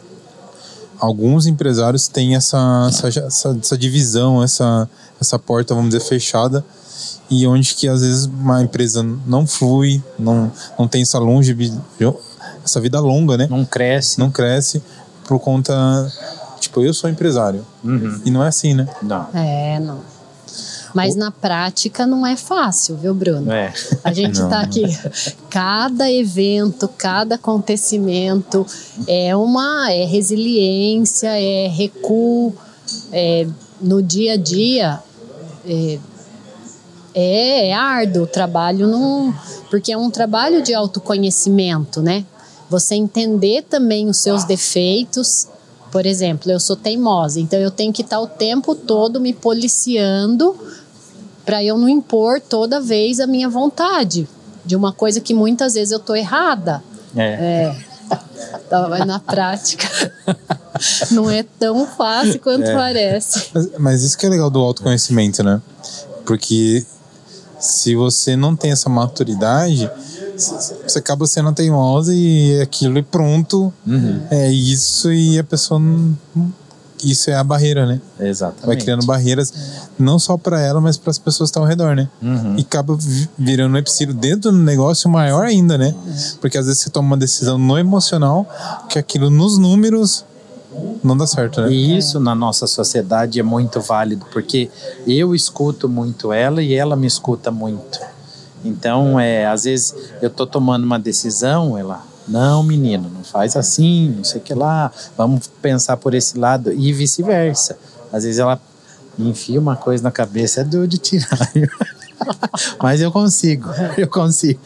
alguns empresários têm essa, essa, essa, essa divisão, essa, essa porta, vamos dizer, fechada e onde que às vezes uma empresa não flui, não, não tem essa longevidade, essa vida longa, né? Não cresce. Não cresce por conta, tipo, eu sou empresário. Uhum. E não é assim, né? Não. É, não. Mas o... na prática não é fácil, viu, Bruno? É. A gente não, tá não. aqui, cada evento, cada acontecimento é uma é resiliência, é recuo, é, no dia a dia é, é, é árduo o trabalho, não, porque é um trabalho de autoconhecimento, né? Você entender também os seus defeitos. Por exemplo, eu sou teimosa, então eu tenho que estar o tempo todo me policiando para eu não impor toda vez a minha vontade de uma coisa que muitas vezes eu tô errada. É. É. Mas na prática não é tão fácil quanto É. parece. Mas, mas isso que é legal do autoconhecimento, né? Porque se você não tem essa maturidade, você acaba sendo teimosa e aquilo é pronto. Uhum. É isso, e a pessoa não, isso é a barreira, né? Exatamente. Vai criando barreiras não só para ela, mas para as pessoas que estão ao redor, né? Uhum. E acaba virando um empecilho dentro do negócio maior ainda, né? Porque às vezes você toma uma decisão no emocional que aquilo nos números não dá certo, né? E isso na nossa sociedade é muito válido, porque eu escuto muito ela e ela me escuta muito. Então, é, às vezes eu tô tomando uma decisão, ela, não, menino, não faz assim, não sei o que lá, vamos pensar por esse lado, e vice-versa. Às vezes ela enfia uma coisa na cabeça, é duro de tirar. Mas eu consigo, eu consigo.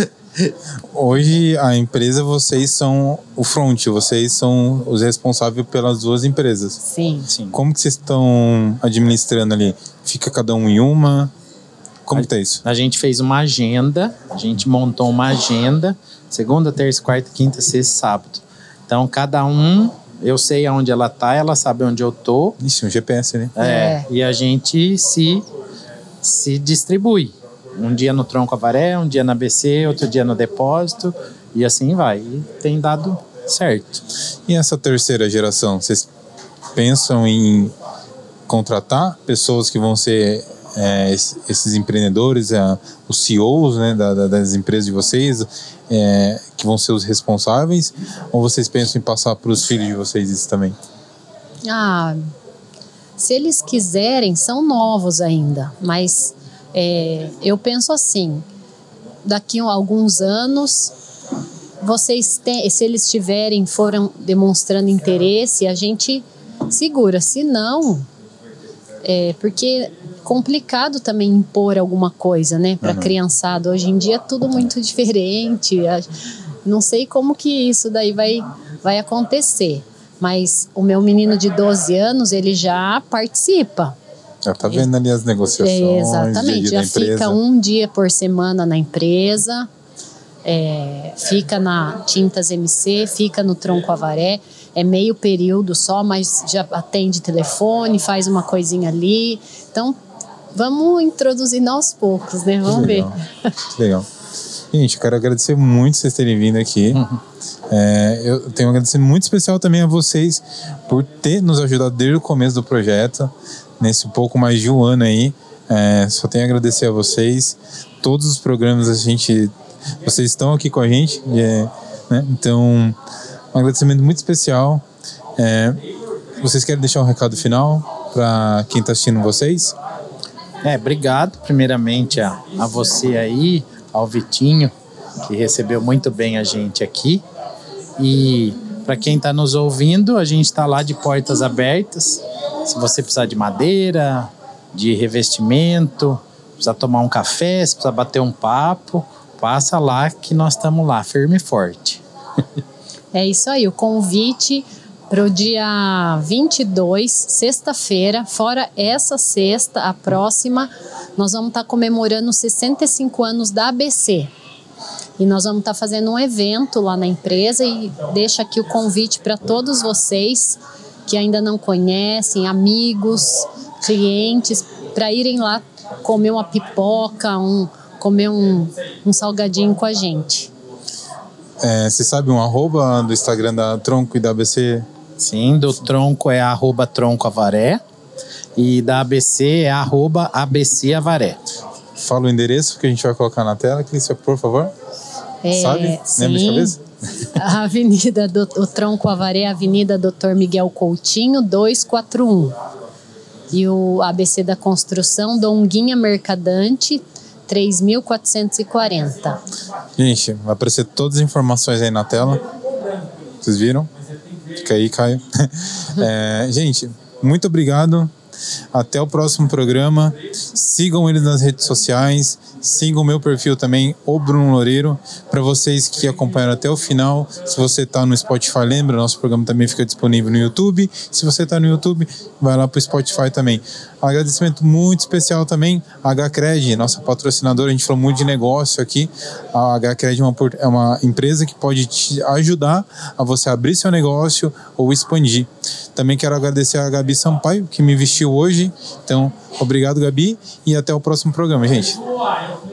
Hoje a empresa, vocês são o front, vocês são os responsáveis pelas duas empresas. Sim. Sim. Como que vocês estão administrando ali? Fica cada um em uma? Como a, que tá isso? A gente fez uma agenda, a gente montou uma agenda, segunda, terça, quarta, quinta, sexta, sábado. Então cada um, eu sei aonde ela tá, ela sabe onde eu tô. Isso, um G P S, né? É, É. E a gente se, se distribui. Um dia no Tronco Avaré, um dia na A B C, outro dia no depósito, e assim vai. E tem dado certo. E essa terceira geração, vocês pensam em contratar pessoas que vão ser é, esses empreendedores, é, os C E Os, né, da, da, das empresas de vocês, é, que vão ser os responsáveis? Ou vocês pensam em passar para os filhos de vocês isso também? Ah, se eles quiserem, são novos ainda, mas é, eu penso assim, daqui a alguns anos, vocês têm, se eles tiverem, foram demonstrando interesse, a gente segura, se não, é, porque é complicado também impor alguma coisa, né, para Uhum. criançada, hoje em dia é tudo muito diferente, não sei como que isso daí vai, vai acontecer. Mas o meu menino de doze anos, ele já participa. Já tá vendo ali as negociações, É, exatamente, dia a dia já da empresa. fica um dia por semana na empresa, é, fica na Tintas M C, fica no Tronco Avaré, é meio período só, mas já atende telefone, faz uma coisinha ali. Então, vamos introduzindo aos poucos, né? Vamos ver. Que legal. Gente, eu quero agradecer muito vocês terem vindo aqui. Uhum. É, eu tenho um agradecimento muito especial também a vocês por ter nos ajudado desde o começo do projeto, nesse pouco mais de um ano aí. É, só tenho a agradecer a vocês. Todos os programas a gente, vocês estão aqui com a gente, é, né? Então, um agradecimento muito especial. É, vocês querem deixar um recado final para quem está assistindo vocês? É, obrigado primeiramente a, a você aí, ao Vitinho, que recebeu muito bem a gente aqui. E para quem está nos ouvindo, a gente está lá de portas abertas. Se você precisar de madeira, de revestimento, precisar tomar um café, se precisar bater um papo, passa lá que nós estamos lá, firme e forte. É isso aí, o convite para o dia vinte e dois, sexta-feira, fora essa sexta, a próxima, nós vamos estar comemorando sessenta e cinco anos da A B C. E nós vamos estar fazendo um evento lá na empresa e deixo aqui o convite para todos vocês que ainda não conhecem, amigos, clientes, para irem lá comer uma pipoca, um, comer um, um salgadinho com a gente. É, você sabe um arroba do Instagram da Tronco e da A B C? Sim, do Tronco é arroba Tronco Avaré e da A B C é arroba A B C Avaré. fala o endereço que a gente vai colocar na tela, Clícia, por favor. É, Sabe? sim. Lembra de cabeça? A Avenida, do, o Tronco Avaré, Avenida doutor Miguel Coutinho, duzentos e quarenta e um. E o A B C da Construção, Donguinha Mercadante, três mil quatrocentos e quarenta. Gente, vai aparecer todas as informações aí na tela. Vocês viram? Fica aí, Caio. É, gente, muito obrigado. Até o próximo programa. Sigam eles nas redes sociais. Sigam o meu perfil também, o Bruno Loureiro. Para vocês que acompanharam até o final, se você está no Spotify, lembra, nosso programa também fica disponível no YouTube. Se você está no YouTube, vai lá para o Spotify também. Agradecimento muito especial também a H-Cred, nossa patrocinadora. A gente falou muito de negócio aqui. A H-Cred é uma, é uma empresa que pode te ajudar a você abrir seu negócio ou expandir. Também quero agradecer a Gabi Sampaio, que me vestiu hoje. Então, obrigado, Gabi, e até o próximo programa, gente.